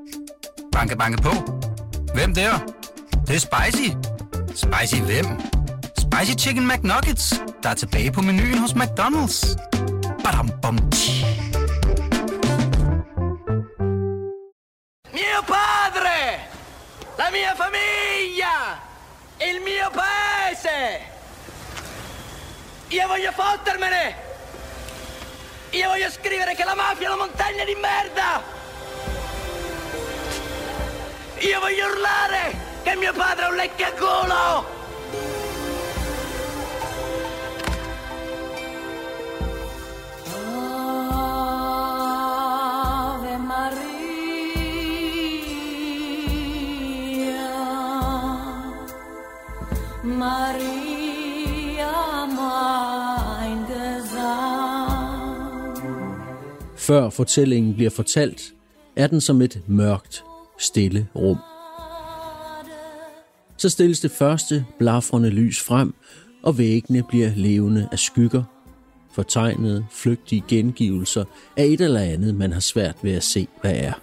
Banke, banke på. Hvem der? Det er spicy. Spicy hvem? Spicy Chicken McNuggets, der er tilbage på menuen hos McDonald's. Badum, bom, Mio padre! La mia famiglia! Il mio paese! Io voglio fottermene! Io voglio scrivere che la mafia è una montagna di merda! Io voglio urlare che mio padre è un leccaculo! Ave Maria, Maria, mein Gesang. Før fortællingen bliver fortalt, er den som et mørkt, stille rum. Så stilles det første blafrende lys frem, og væggene bliver levende af skygger, fortegnede, flygtige gengivelser af et eller andet, man har svært ved at se, hvad er.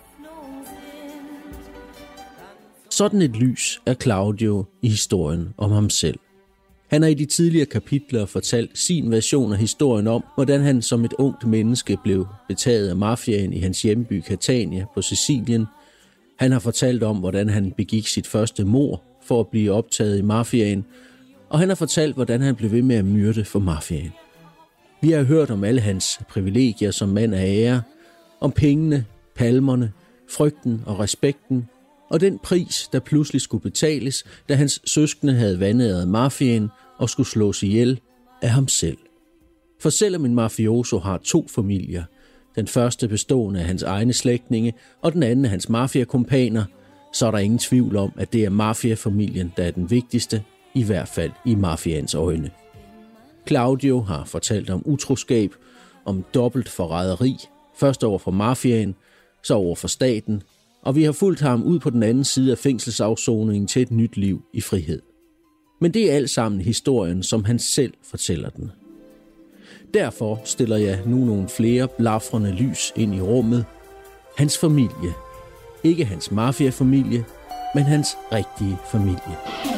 Sådan et lys er Claudio i historien om ham selv. Han har i de tidligere kapitler fortalt sin version af historien om, hvordan han som et ungt menneske blev betaget af mafiaen i hans hjemby Catania på Sicilien. Han har fortalt om, hvordan han begik sit første mord for at blive optaget i mafiaen, og han har fortalt, hvordan han blev ved med at myrde for mafiaen. Vi har hørt om alle hans privilegier som mand af ære, om pengene, palmerne, frygten og respekten, og den pris, der pludselig skulle betales, da hans søskende havde vandret mafiaen og skulle slås ihjel af ham selv. For selvom en mafioso har 2 familier, den første bestående af hans egne slægtninge, og den anden af hans mafiakompaner, så er der ingen tvivl om, at det er mafiafamilien, der er den vigtigste, i hvert fald i mafiaens øjne. Claudio har fortalt om utroskab, om dobbelt forræderi, først over for mafiaen, så over for staten, og vi har fulgt ham ud på den anden side af fængselsafsoningen til et nyt liv i frihed. Men det er alt sammen historien, som han selv fortæller den. Derfor stiller jeg nu nogle flere blafrende lys ind i rummet. Hans familie. Ikke hans mafiafamilie, men hans rigtige familie.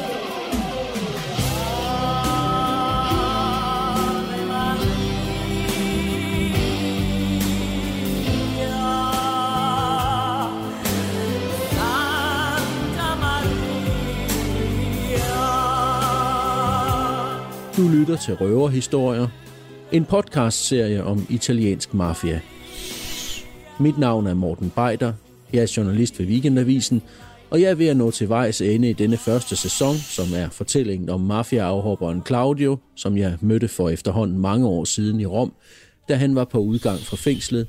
Du lytter til Røverhistorier, en podcastserie om italiensk mafia. Mit navn er Morten Beider, jeg er journalist ved Weekendavisen, og jeg er ved at nå til vejs ende i denne første sæson, som er fortællingen om mafiaafhopperen Claudio, som jeg mødte for efterhånden mange år siden i Rom, da han var på udgang fra fængslet,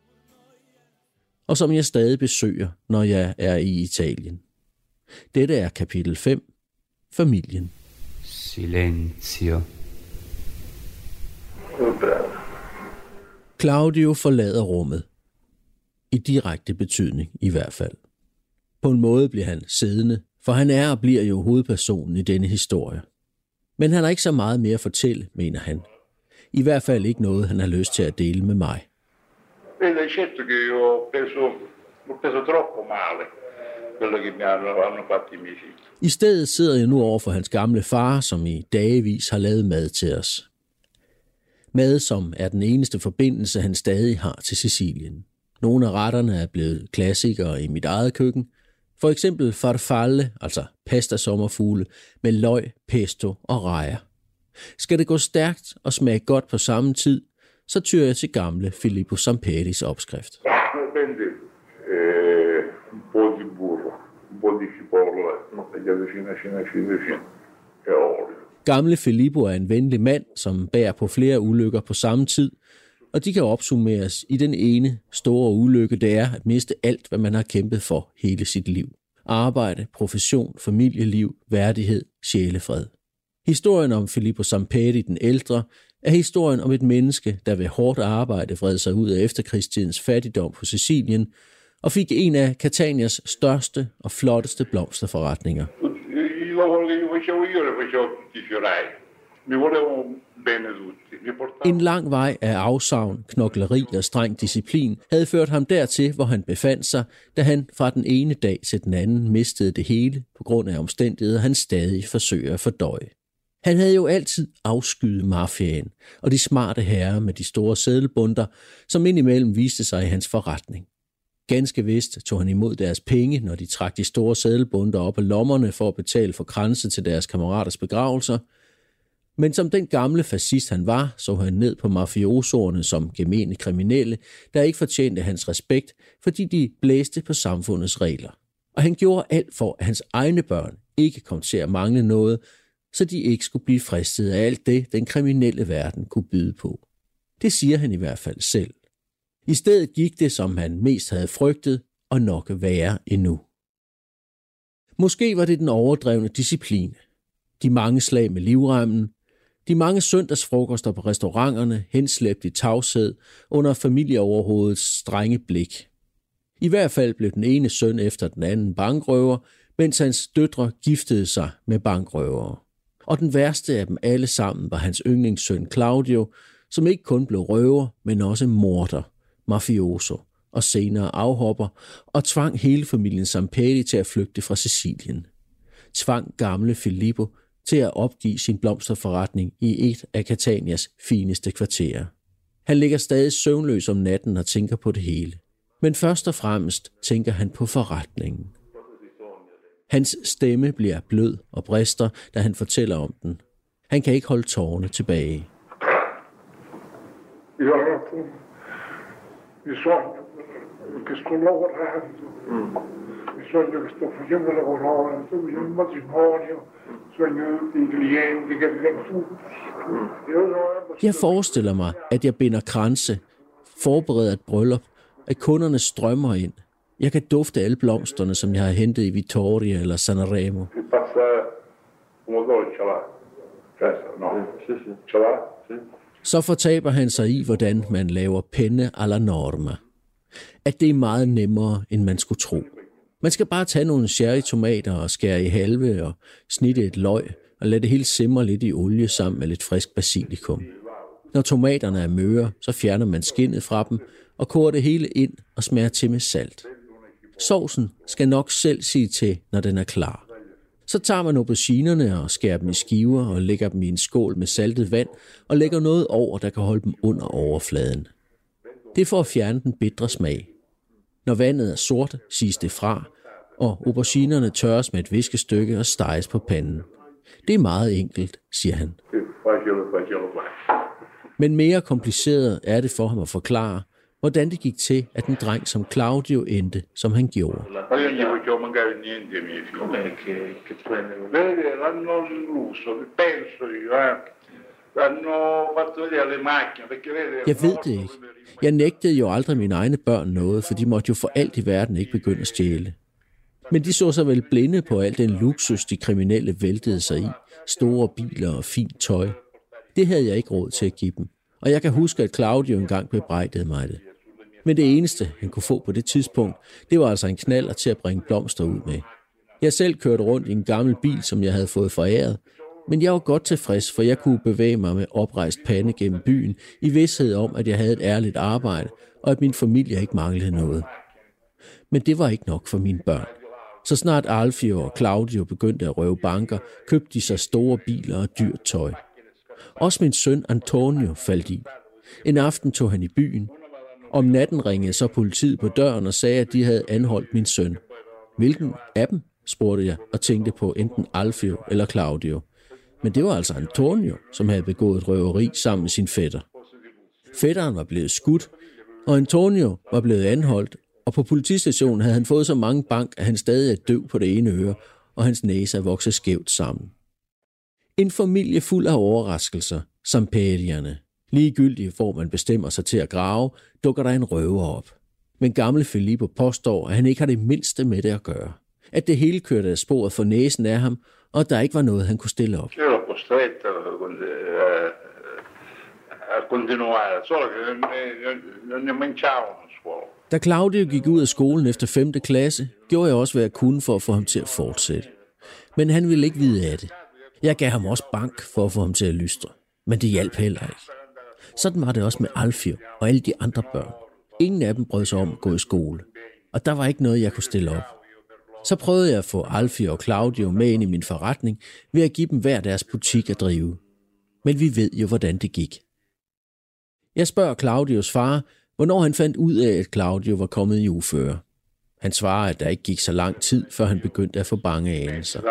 og som jeg stadig besøger, når jeg er i Italien. Dette er kapitel 5, familien. Silenzio. Claudio forlader rummet. I direkte betydning i hvert fald. På en måde bliver han siddende, for han er og bliver jo hovedpersonen i denne historie. Men han har ikke så meget mere at fortælle, mener han. I hvert fald ikke noget, han har lyst til at dele med mig. Certo che io ho preso troppo male quello che mi hanno fatto I miei figli. I stedet sidder jeg nu over for hans gamle far, som i dagevis har lavet mad til os. Mad, som er den eneste forbindelse, han stadig har til Sicilien. Nogle af retterne er blevet klassikere i mit eget køkken. For eksempel farfalle, altså pasta-sommerfugle, med løg, pesto og rejer. Skal det gå stærkt og smage godt på samme tid, så tyrer jeg til gamle Filippo Samperis opskrift. Un po' di burro, un po' di cipolla, tagliate fine e olio. Gamle Filippo er en venlig mand, som bærer på flere ulykker på samme tid, og de kan opsummeres i den ene store ulykke, det er at miste alt, hvad man har kæmpet for hele sit liv. Arbejde, profession, familieliv, værdighed, sjælefred. Historien om Filippo Samperi den ældre er historien om et menneske, der ved hårdt arbejde vred sig ud af efterkrigstidens fattigdom på Sicilien, og fik en af Catanias største og flotteste blomsterforretninger. Mi volevo bene tutti. Mi portavano... En lang vej af afsavn, knokleri og streng disciplin havde ført ham dertil, hvor han befandt sig, da han fra den ene dag til den anden mistede det hele på grund af omstændigheder, han stadig forsøger at fordøje. Han havde jo altid afskyet mafiaen og de smarte herrer med de store seddelbunter, som indimellem viste sig i hans forretning. Ganske vist tog han imod deres penge, når de trak de store seddelbunter op af lommerne for at betale for kranse til deres kammeraters begravelser. Men som den gamle fascist han var, så han ned på mafiosoerne som gemene kriminelle, der ikke fortjente hans respekt, fordi de blæste på samfundets regler. Og han gjorde alt for, at hans egne børn ikke kom til at mangle noget, så de ikke skulle blive fristet af alt det, den kriminelle verden kunne byde på. Det siger han i hvert fald selv. I stedet gik det, som han mest havde frygtet, og nok værre endnu. Måske var det den overdrevne disciplin, de mange slag med livremmen, de mange søndagsfrokoster på restauranterne, henslæbt i tavshed under familieoverhovedets strenge blik. I hvert fald blev den ene søn efter den anden bankrøver, mens hans døtre giftede sig med bankrøvere. Og den værste af dem alle sammen var hans yndlingssøn Claudio, som ikke kun blev røver, men også morder, mafioso og senere afhopper, og tvang hele familien Zamperi til at flygte fra Sicilien. Tvang gamle Filippo til at opgive sin blomsterforretning i et af Catanias fineste kvarterer. Han ligger stadig søvnløs om natten og tænker på det hele. Men først og fremmest tænker han på forretningen. Hans stemme bliver blød og brister, da han fortæller om den. Han kan ikke holde tårerne tilbage. Il sogno che sto lavorando, il sogno che sto facendo lavorare, il sogno del matrimonio, il sogno dei clienti che vengono tutti. Jeg forestiller mig, at jeg binder kranse, forbereder et bryllup, at kunderne strømmer ind. Jeg kan dufte alle blomsterne, som jeg har hentet i Vittoria eller Sanremo. Så fortaber han sig i, hvordan man laver penne alla norma. At det er meget nemmere, end man skulle tro. Man skal bare tage nogle cherrytomater og skære i halve og snitte et løg og lade det hele simre lidt i olie sammen med lidt frisk basilikum. Når tomaterne er møre, så fjerner man skindet fra dem og koger det hele ind og smager til med salt. Sovsen skal nok selv sige til, når den er klar. Så tager man auberginerne og skærer dem i skiver og lægger dem i en skål med saltet vand og lægger noget over, der kan holde dem under overfladen. Det er for at fjerne den bitre smag. Når vandet er sort, siges det fra, og auberginerne tørres med et viskestykke og steges på panden. Det er meget enkelt, siger han. Men mere kompliceret er det for ham at forklare, hvordan det gik til, at en dreng som Claudio endte, som han gjorde. Jeg ved det ikke. Jeg nægtede jo aldrig mine egne børn noget, for de måtte jo for alt i verden ikke begynde at stjæle. Men de så sig vel blinde på al den luksus, de kriminelle væltede sig i. Store biler og fint tøj. Det havde jeg ikke råd til at give dem. Og jeg kan huske, at Claudio engang bebrejdede mig det. Men det eneste, han kunne få på det tidspunkt, det var altså en knallert til at bringe blomster ud med. Jeg selv kørte rundt i en gammel bil, som jeg havde fået foræret, men jeg var godt tilfreds, for jeg kunne bevæge mig med oprejst pande gennem byen, i vidsthed om, at jeg havde et ærligt arbejde, og at min familie ikke manglede noget. Men det var ikke nok for mine børn. Så snart Alfio og Claudio begyndte at røve banker, købte de sig store biler og dyrt tøj. Også min søn Antonio faldt i. En aften tog han i byen. Om natten ringede så politiet på døren og sagde, at de havde anholdt min søn. Hvilken af dem, spurgte jeg og tænkte på enten Alfio eller Claudio. Men det var altså Antonio, som havde begået et røveri sammen med sin fætter. Fætteren var blevet skudt, og Antonio var blevet anholdt, og på politistationen havde han fået så mange bank, at han stadig er døv på det ene øre, og hans næse er vokset skævt sammen. En familie fuld af overraskelser, Zamperierne. Ligegyldigt, hvor man bestemmer sig til at grave, dukker der en røver op. Men gamle Filippo påstår, at han ikke har det mindste med det at gøre. At det hele kørte af sporet for næsen af ham, og at der ikke var noget, han kunne stille op. Da Claudio gik ud af skolen efter 5. klasse, gjorde jeg også, hvad jeg kunne for at få ham til at fortsætte. Men han ville ikke vide af det. Jeg gav ham også bank for at få ham til at lystre, men det hjalp heller ikke. Sådan var det også med Alfio og alle de andre børn. Ingen af dem brød sig om at gå i skole, og der var ikke noget, jeg kunne stille op. Så prøvede jeg at få Alfio og Claudio med ind i min forretning ved at give dem hver deres butik at drive. Men vi ved jo, hvordan det gik. Jeg spørger Claudios far, hvornår han fandt ud af, at Claudio var kommet i uføre. Han svarer, at der ikke gik så lang tid, før han begyndte at få bange anelser.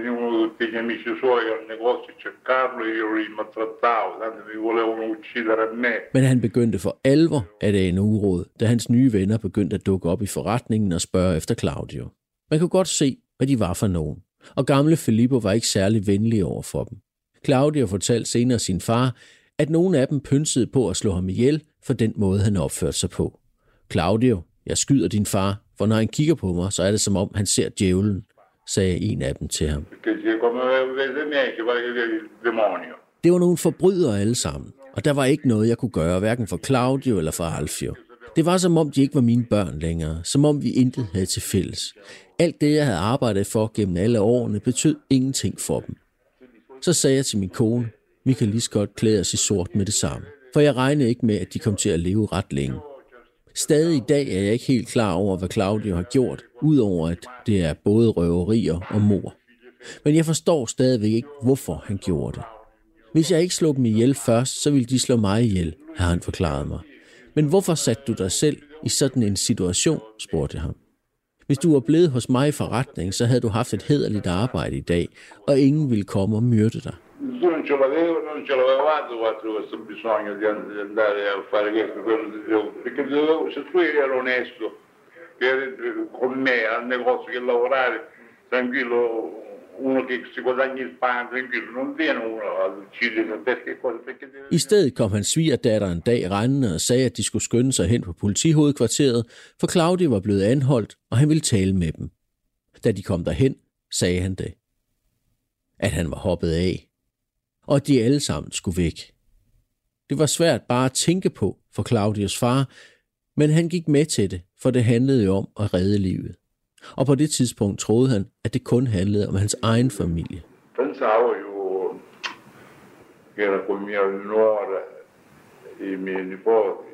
Men han begyndte for alvor at ane uråd, da hans nye venner begyndte at dukke op i forretningen og spørge efter Claudio. Man kunne godt se, hvad de var for nogen, og gamle Filippo var ikke særlig venlig over for dem. Claudio fortalte senere sin far, at nogle af dem pynsede på at slå ham ihjel for den måde, han opførte sig på. Claudio, jeg skyder din far, for når han kigger på mig, så er det som om, han ser djævlen, sagde en af dem til ham. Det var nogle forbrydere alle sammen, og der var ikke noget, jeg kunne gøre, hverken for Claudio eller for Alfio. Det var som om, de ikke var mine børn længere, som om vi intet havde til fælles. Alt det, jeg havde arbejdet for gennem alle årene, betød ingenting for dem. Så sagde jeg til min kone, vi kan lige så godt klæde os i sort med det samme, for jeg regnede ikke med, at de kom til at leve ret længe. Stadig i dag er jeg ikke helt klar over, hvad Claudio har gjort, udover at det er både røverier og mord. Men jeg forstår stadigvæk ikke, hvorfor han gjorde det. Hvis jeg ikke slog dem ihjel først, så ville de slå mig ihjel, har han forklaret mig. Men hvorfor satte du dig selv i sådan en situation, spurgte jeg ham. Hvis du var blevet hos mig i forretning, så havde du haft et hæderligt arbejde i dag, og ingen ville komme og myrde dig. Non ce l'avevate questo bisogno di andare a fare questo, perché se tu eri onesto con me al negozio che lavorare tranquillo, uno che si guadagna il pane tranquillo, non viene uno a uccidere perché cosa, perché I stedet kom hans svigerdatter en dag rendende og sagde, at de skulle skynde sig hen på politihovedkvarteret, for Claudio var blevet anholdt, og han ville tale med dem. Da de kom derhen, sagde han det. At han var hoppet af, og at de alle sammen skulle væk. Det var svært bare at tænke på for Claudios far, men han gik med til det, for det handlede jo om at redde livet. Og på det tidspunkt troede han, at det kun handlede om hans egen familie. Pensavo io che era con mia nuora e i miei nipoti.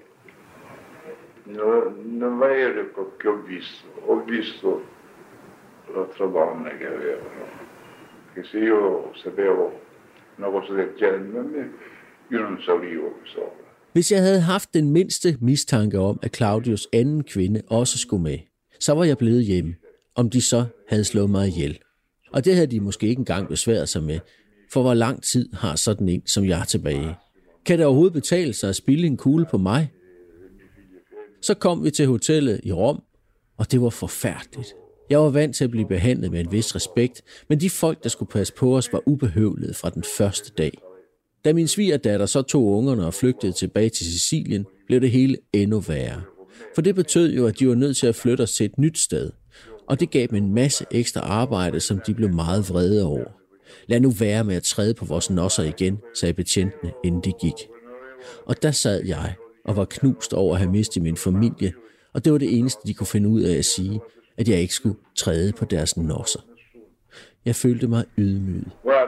Non va ero che ho visto l'altra donna che avevano. Che se io sapevo una cosa del genere, io non salivo sopra. Hvis jeg havde haft den mindste mistanke om, at Claudios anden kvinde også skulle med, så var jeg blevet hjemme, om de så havde slået mig ihjel. Og det havde de måske ikke engang besværet sig med, for hvor lang tid har sådan en som jeg tilbage? Kan det overhovedet betale sig at spilde en kugle på mig? Så kom vi til hotellet i Rom, og det var forfærdeligt. Jeg var vant til at blive behandlet med en vis respekt, men de folk, der skulle passe på os, var ubehøvlede fra den første dag. Da min svigerdatter så tog ungerne og flygtede tilbage til Sicilien, blev det hele endnu værre. For det betød jo, at de var nødt til at flytte os til et nyt sted. Og det gav dem en masse ekstra arbejde, som de blev meget vrede over. Lad nu være med at træde på vores nosser igen, sagde betjentene, inden de gik. Og der sad jeg og var knust over at have mistet min familie, og det var det eneste, de kunne finde ud af at sige, at jeg ikke skulle træde på deres nosser. Jeg følte mig ydmyget.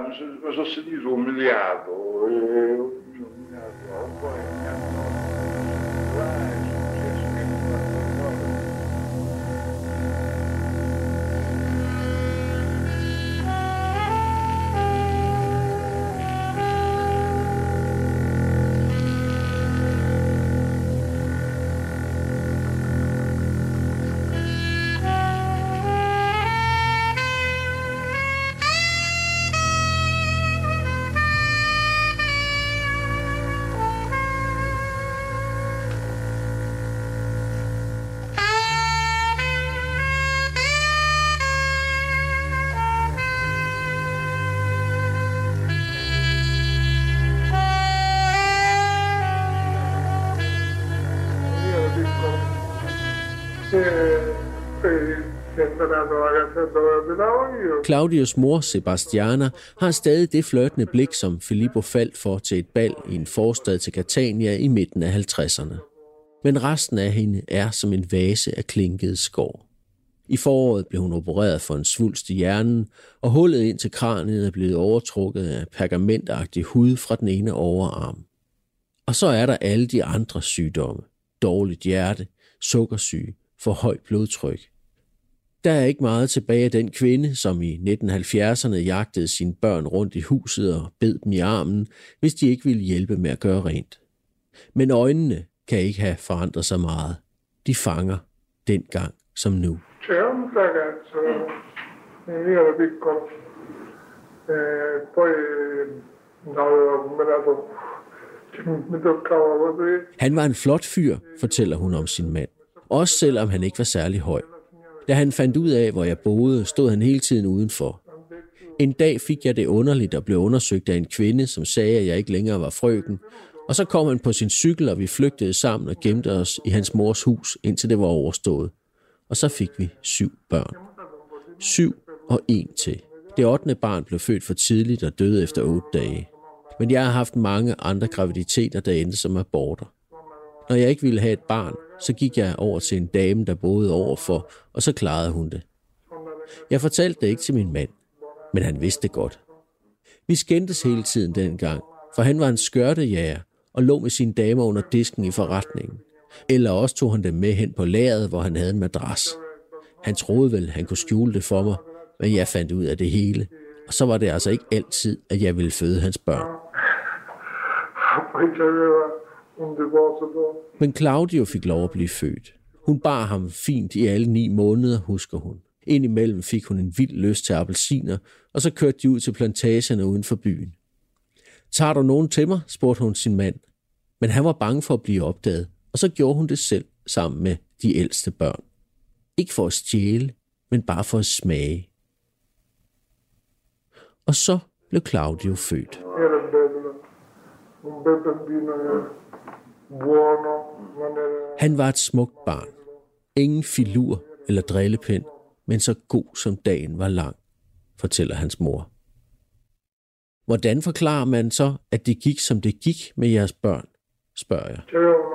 Claudios mor, Sebastiana, har stadig det flirtende blik, som Filippo faldt for til et bal i en forstad til Catania i midten af 50'erne. Men resten af hende er som en vase af klinket skår. I foråret blev hun opereret for en svulst i hjernen, og hullet ind til kraniet er blevet overtrukket af pergamentagtig hud fra den ene overarm. Og så er der alle de andre sygdomme. Dårligt hjerte, sukkersyge, for højt blodtryk. Der er ikke meget tilbage af den kvinde, som i 1970'erne jagtede sine børn rundt i huset og bed dem i armen, hvis de ikke ville hjælpe med at gøre rent. Men øjnene kan ikke have forandret sig meget. De fanger dengang som nu. C'è un ragazzo, io ero piccolo, poi l'avevo comprato, mi toccava così. Han var en flot fyr, fortæller hun om sin mand. Også selvom han ikke var særlig høj. Da han fandt ud af, hvor jeg boede, stod han hele tiden udenfor. En dag fik jeg det underligt og blev undersøgt af en kvinde, som sagde, at jeg ikke længere var frøken. Og så kom han på sin cykel, og vi flygtede sammen og gemte os i hans mors hus, indtil det var overstået. Og så fik vi 7 børn. 7 og 1 til. Det 8. barn blev født for tidligt og døde efter 8 dage. Men jeg har haft mange andre graviditeter, der endte som aborter. Når jeg ikke ville have et barn, så gik jeg over til en dame, der boede overfor, og så klarede hun det. Jeg fortalte det ikke til min mand, men han vidste det godt. Vi skændtes hele tiden dengang, for han var en skørtejæger og lå med sine damer under disken i forretningen. Eller også tog han dem med hen på lageret, hvor han havde en madras. Han troede vel, han kunne skjule det for mig, men jeg fandt ud af det hele. Og så var det altså ikke altid, at jeg ville føde hans børn. Men Claudio fik lov at blive født. Hun bar ham fint i alle 9 måneder, husker hun. Indimellem fik hun en vild lyst til appelsiner, og så kørte de ud til plantagerne uden for byen. Tager du nogen til mig? Spurgte hun sin mand. Men han var bange for at blive opdaget, og så gjorde hun det selv sammen med de ældste børn. Ikke for at stjæle, men bare for at smage. Og så blev Claudio født. Han var et smukt barn. Ingen filur eller drillepind, men så god som dagen var lang, fortæller hans mor. Hvordan forklarer man så, at det gik, som det gik med jeres børn, spørger jeg.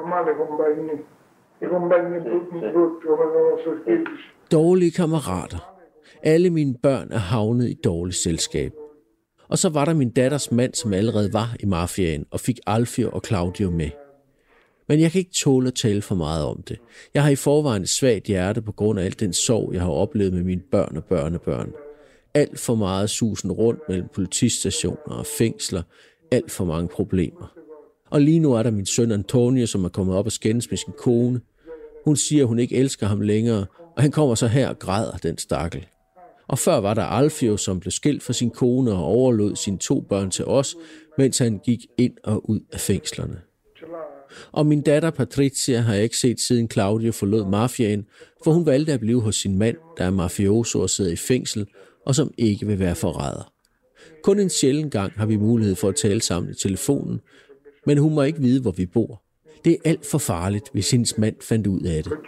Dårlige kammerater. Alle mine børn er havnet i dårligt selskab. Og så var der min datters mand, som allerede var i mafiaen, og fik Alfio og Claudio med. Men jeg kan ikke tåle at tale for meget om det. Jeg har i forvejen et svagt hjerte på grund af al den sorg, jeg har oplevet med mine børn og børnebørn. Alt for meget susen rundt mellem politistationer og fængsler. Alt for mange problemer. Og lige nu er der min søn Antonio, som er kommet op og skændes med sin kone. Hun siger, at hun ikke elsker ham længere, og han kommer så her og græder, den stakkel. Og før var der Alfio, som blev skilt fra sin kone og overlod sine 2 børn til os, mens han gik ind og ud af fængslerne. Og min datter Patricia har jeg ikke set siden Claudio forlod mafiaen, for hun valgte at blive hos sin mand, der er mafioso og sidder i fængsel, og som ikke vil være forræder. Kun en sjælden gang har vi mulighed for at tale sammen i telefonen, men hun må ikke vide, hvor vi bor. Det er alt for farligt, hvis hendes mand fandt ud af det.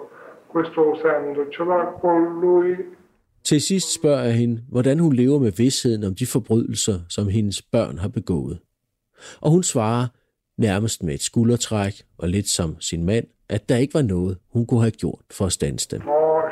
Til sidst spørger jeg hende, hvordan hun lever med vidstheden om de forbrydelser, som hendes børn har begået. Og hun svarer, nærmest med et skuldertræk og lidt som sin mand, at der ikke var noget, hun kunne have gjort for at standse dem.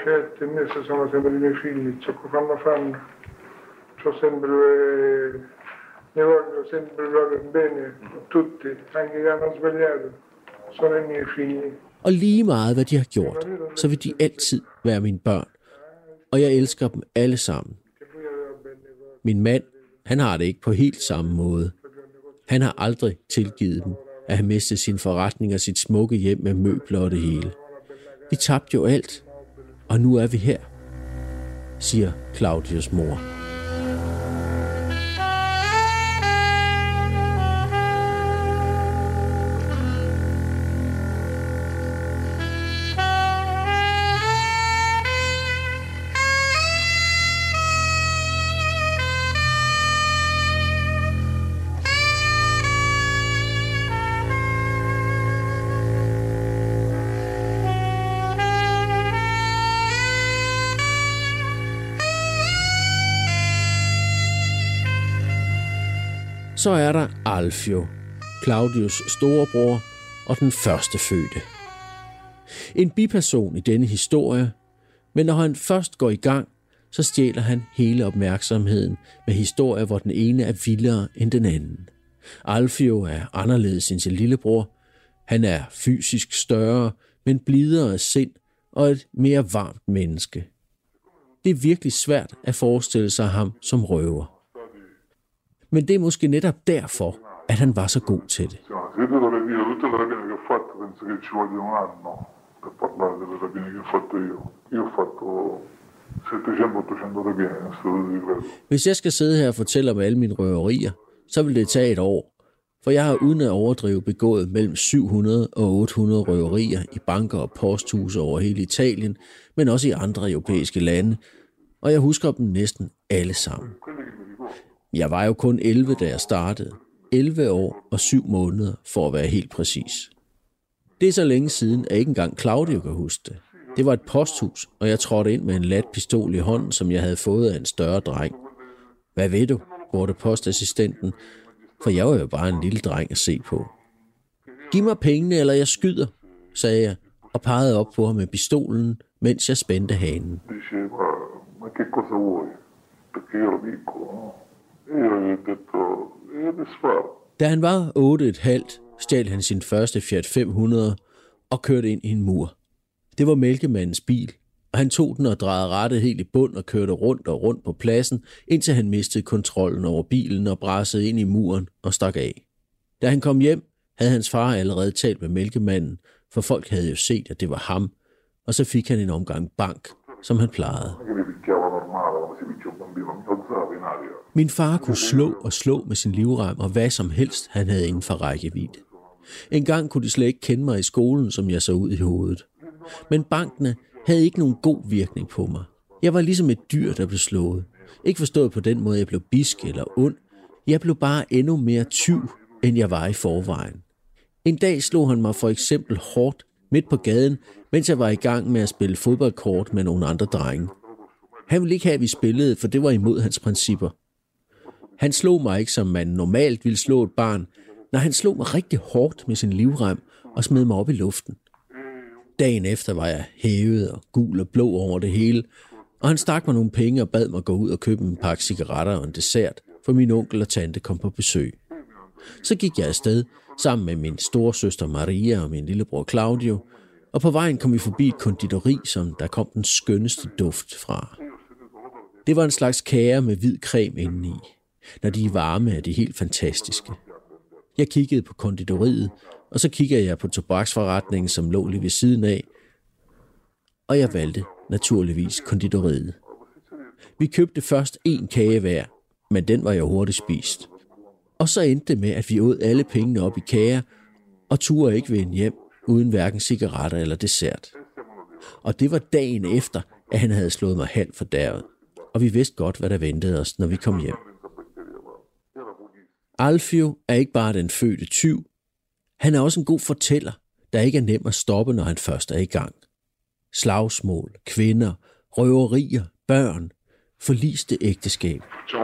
Og lige meget, hvad de har gjort, så vil de altid være mine børn. Og jeg elsker dem alle sammen. Min mand, han har det ikke på helt samme måde. Han har aldrig tilgivet dem at have mistet sin forretning og sit smukke hjem med møbler og det hele. Vi tabte jo alt, og nu er vi her, siger Claudios mor. Så er der Alfio, Claudios storebror og den første fødte. En biperson i denne historie, Men når han først går i gang, så stjæler han hele opmærksomheden med historier, hvor den ene er vildere end den anden. Alfio er anderledes end sin lillebror. Han er fysisk større, men blidere af sind og et mere varmt menneske. Det er virkelig svært at forestille sig ham som røver. Men det er måske netop derfor, at han var så god til det. Hvis jeg skal sidde her og fortælle om alle mine røverier, så vil det tage et år. For jeg har uden at overdrive begået mellem 700 og 800 røverier i banker og posthuse over hele Italien, men også i andre europæiske lande, og jeg husker dem næsten alle sammen. Jeg var jo kun 11, da jeg startede. 11 år og 7 måneder, for at være helt præcis. Det er så længe siden, at ikke engang Claudio kan huske det. Det var et posthus, og jeg trådte ind med en lat pistol i hånden, som jeg havde fået af en større dreng. Hvad ved du? Spurgte postassistenten, for jeg var jo bare en lille dreng at se på. Giv mig pengene, eller jeg skyder, sagde jeg, og pegede op på ham med pistolen, mens jeg spændte hanen. Da han var 8,5, stjal han sin første Fiat 500 og kørte ind i en mur. Det var mælkemandens bil, og han tog den og drejede rattet helt i bund og kørte rundt og rundt på pladsen, indtil han mistede kontrollen over bilen og brassede ind i muren og stak af. Da han kom hjem, havde hans far allerede talt med mælkemanden, for folk havde jo set, at det var ham, og så fik han en omgang bank, som han plejede. Min far kunne slå og slå med sin livrem og hvad som helst, han havde inden for rækkevidde. En gang kunne de slet ikke kende mig i skolen, som jeg så ud i hovedet. Men bankene havde ikke nogen god virkning på mig. Jeg var ligesom et dyr, der blev slået. Ikke forstået på den måde, jeg blev bisk eller ond. Jeg blev bare endnu mere tyv, end jeg var i forvejen. En dag slog han mig for eksempel hårdt midt på gaden, mens jeg var i gang med at spille fodboldkort med nogle andre drenge. Han ville ikke have, at vi spillede, for det var imod hans principper. Han slog mig ikke, som man normalt ville slå et barn, når han slog mig rigtig hårdt med sin livrem og smed mig op i luften. Dagen efter var jeg hævet og gul og blå over det hele, og han stak mig nogle penge og bad mig gå ud og købe en pakke cigaretter og en dessert, for min onkel og tante kom på besøg. Så gik jeg afsted sammen med min storesøster Maria og min lillebror Claudio, og på vejen kom vi forbi et konditori, som der kom den skønneste duft fra. Det var en slags kager med hvid creme indeni. Når de er varme, er de helt fantastiske. Jeg kiggede på konditoriet, og så kiggede jeg på tobaksforretningen, som lå lige ved siden af, og jeg valgte naturligvis konditoriet. Vi købte først 1 kage hver, men den var jo hurtigt spist. Og så endte det med, at vi åd alle pengene op i kager, og turde ikke vende hjem, uden hverken cigaretter eller dessert. Og det var dagen efter, at han havde slået mig halvt fordærvet, og vi vidste godt, hvad der ventede os, når vi kom hjem. Alfio er ikke bare den fødte tyv, han er også en god fortæller, der ikke er nem at stoppe, når han først er i gang. Slagsmål, kvinder, røverier, børn, forliste ægteskab.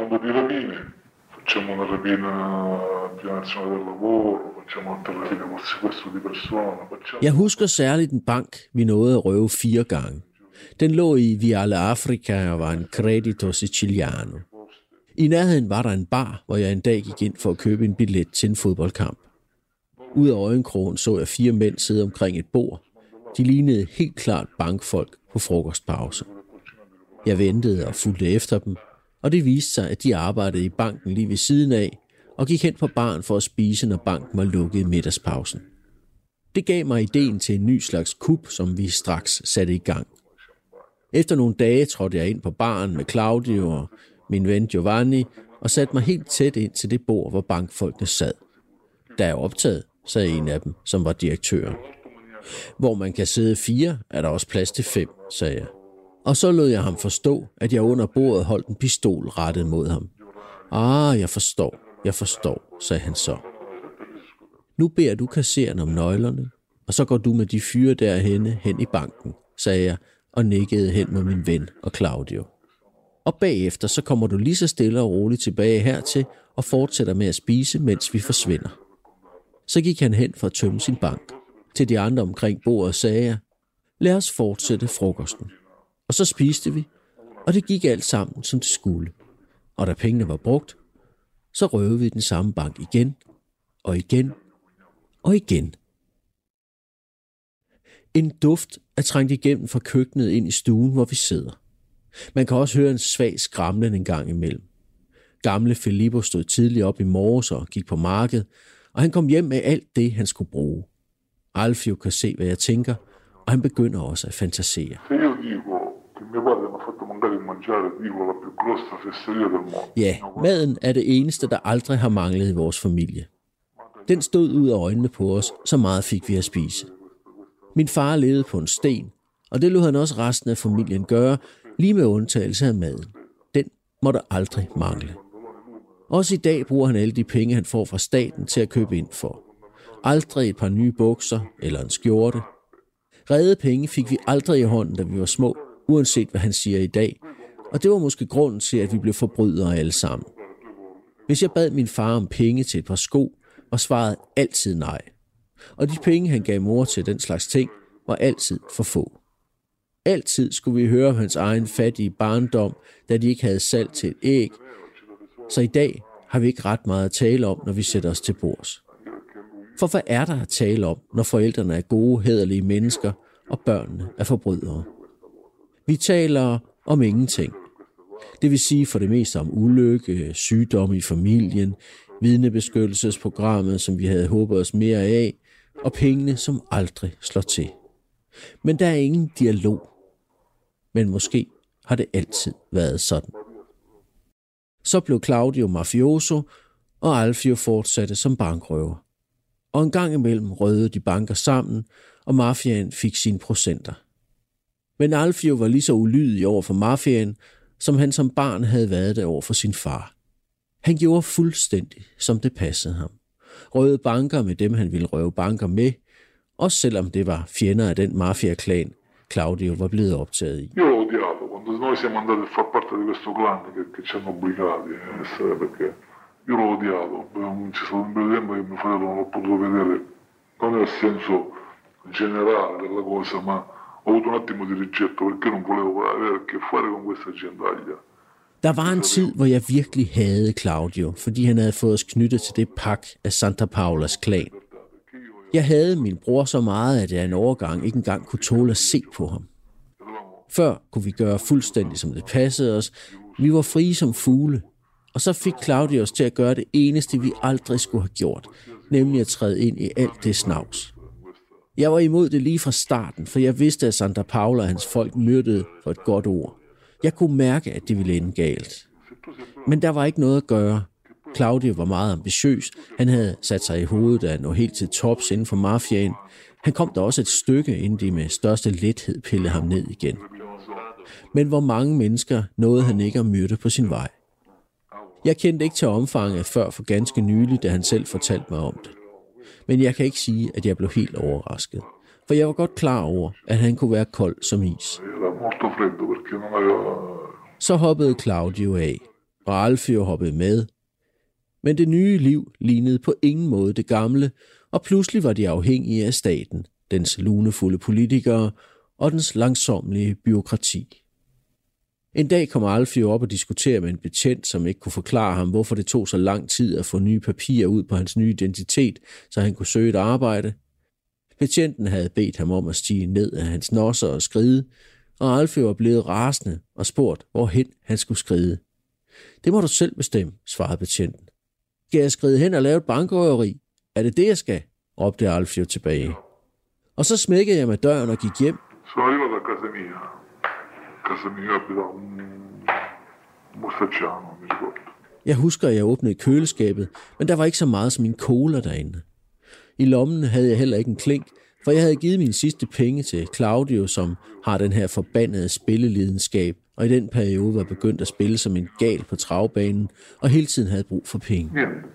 Jeg husker særligt en bank, vi nåede at røve 4 gange. Den lå i Viale Africa og var en Credito Siciliano. I nærheden var der en bar, hvor jeg en dag gik ind for at købe en billet til en fodboldkamp. Ud af øjenkrogen så jeg 4 mænd sidde omkring et bord. De lignede helt klart bankfolk på frokostpause. Jeg ventede og fulgte efter dem, og det viste sig, at de arbejdede i banken lige ved siden af, og gik hen på baren for at spise, når banken var lukket i middagspausen. Det gav mig ideen til en ny slags kup, som vi straks satte i gang. Efter nogle dage trådte jeg ind på baren med Claudio og min ven Giovanni, og satte mig helt tæt ind til det bord, hvor bankfolkene sad. Der er optaget, sagde en af dem, som var direktøren. Hvor man kan sidde 4, er der også plads til 5, sagde jeg. Og så lod jeg ham forstå, at jeg under bordet holdt en pistol rettet mod ham. Jeg forstår, sagde han så. Nu beder du kasseren om nøglerne, og så går du med de fyre derhenne hen i banken, sagde jeg, og nikkede hen mod min ven og Claudio. Og bagefter så kommer du lige så stille og roligt tilbage hertil og fortsætter med at spise, mens vi forsvinder. Så gik han hen for at tømme sin bank. Til de andre omkring bordet sagde jeg, lad os fortsætte frokosten. Og så spiste vi, og det gik alt sammen, som det skulle. Og da pengene var brugt, så røvede vi den samme bank igen, og igen, og igen. En duft er trængt igennem fra køkkenet ind i stuen, hvor vi sidder. Man kan også høre en svag skramlen en gang imellem. Gamle Filippo stod tidligt op i morges og gik på markedet, og han kom hjem med alt det, han skulle bruge. Alfio kan se, hvad jeg tænker, og han begynder også at fantasere. Ja, maden er det eneste, der aldrig har manglet i vores familie. Den stod ud af øjnene på os, så meget fik vi at spise. Min far levede på en sten, og det lod han også resten af familien gøre, lige med undtagelse af maden. Den måtte aldrig mangle. Også i dag bruger han alle de penge, han får fra staten til at købe ind for. Aldrig et par nye bukser eller en skjorte. Rede penge fik vi aldrig i hånden, da vi var små, uanset hvad han siger i dag. Og det var måske grunden til, at vi blev forbrydere alle sammen. Hvis jeg bad min far om penge til et par sko, var svaret altid nej. Og de penge, han gav mor til den slags ting, var altid for få. Altid skulle vi høre om hans egen fattige barndom, da de ikke havde salt til et æg. Så i dag har vi ikke ret meget at tale om, når vi sætter os til bords. For hvad er der at tale om, når forældrene er gode, hæderlige mennesker, og børnene er forbrydere? Vi taler om ingenting. Det vil sige for det meste om ulykke, sygdomme i familien, vidnebeskyttelsesprogrammet, som vi havde håbet os mere af, og pengene, som aldrig slår til. Men der er ingen dialog. Men måske har det altid været sådan. Så blev Claudio mafioso, og Alfio fortsatte som bankrøver. Og en gang imellem røvede de banker sammen, og mafiaen fik sine procenter. Men Alfio var lige så ulydig over for mafiaen, som han som barn havde været det over for sin far. Han gjorde fuldstændig, som det passede ham. Røvede banker med dem, han ville røve banker med, også selvom det var fjender af den mafia-klan, Claudio var blevet optaget i. Io l'ho odiato, quando noi siamo andati a far parte di questo clan che ci hanno obbligati a essere, perché io l'ho odiato, c'è stato un periodo tempo che mio fratello non l'ho potuto vedere, non nel senso generale della cosa, ma ho avuto un attimo di rigetto perché non volevo avere a che fare con questa gendaia. Der var en tid, hvor jeg virkelig hadede Claudio, fordi han havde fået os knyttet til det pak af Santa Paulas klan. Jeg havde min bror så meget, at jeg en overgang ikke engang kunne tåle at se på ham. Før kunne vi gøre fuldstændig, som det passede os. Vi var frie som fugle. Og så fik Claudio os til at gøre det eneste, vi aldrig skulle have gjort, nemlig at træde ind i alt det snavs. Jeg var imod det lige fra starten, for jeg vidste, at Santa Paula og hans folk myrdede for et godt ord. Jeg kunne mærke, at det ville ende galt. Men der var ikke noget at gøre. Claudio var meget ambitiøs. Han havde sat sig i hovedet at nå helt til tops inden for mafiaen. Han kom der også et stykke, inden de med største lethed pillede ham ned igen. Men hvor mange mennesker nåede han ikke at myrde på sin vej? Jeg kendte ikke til omfanget før for ganske nylig, da han selv fortalte mig om det. Men jeg kan ikke sige, at jeg blev helt overrasket. For jeg var godt klar over, at han kunne være kold som is. Så hoppede Claudio af, og Alfio hoppede med. Men det nye liv lignede på ingen måde det gamle, og pludselig var de afhængige af staten, dens lunefulde politikere og dens langsommelige byråkrati. En dag kom Alfio op og diskuterede med en betjent, som ikke kunne forklare ham, hvorfor det tog så lang tid at få nye papirer ud på hans nye identitet, så han kunne søge et arbejde. Betjenten havde bedt ham om at stige ned af hans nosser og skride, og Alfio var blevet rasende og spurgt, hvorhen han skulle skride. Det må du selv bestemme, svarede betjenten. Skal jeg skride hen og lave et bankrøveri? Er det det, jeg skal? Råbte Alfio tilbage. Og så smækkede jeg med døren og gik hjem. Sono arrivato a casa mia. Casa mia abita un Mostacciano, mi ricordo. Jeg husker, at jeg åbnede køleskabet, men der var ikke så meget som en cola derinde. I lommen havde jeg heller ikke en klink, for jeg havde givet mine sidste penge til Claudio, som har den her forbandede spillelidenskab, og i den periode var begyndt at spille som en gal på travbanen, og hele tiden havde brug for penge.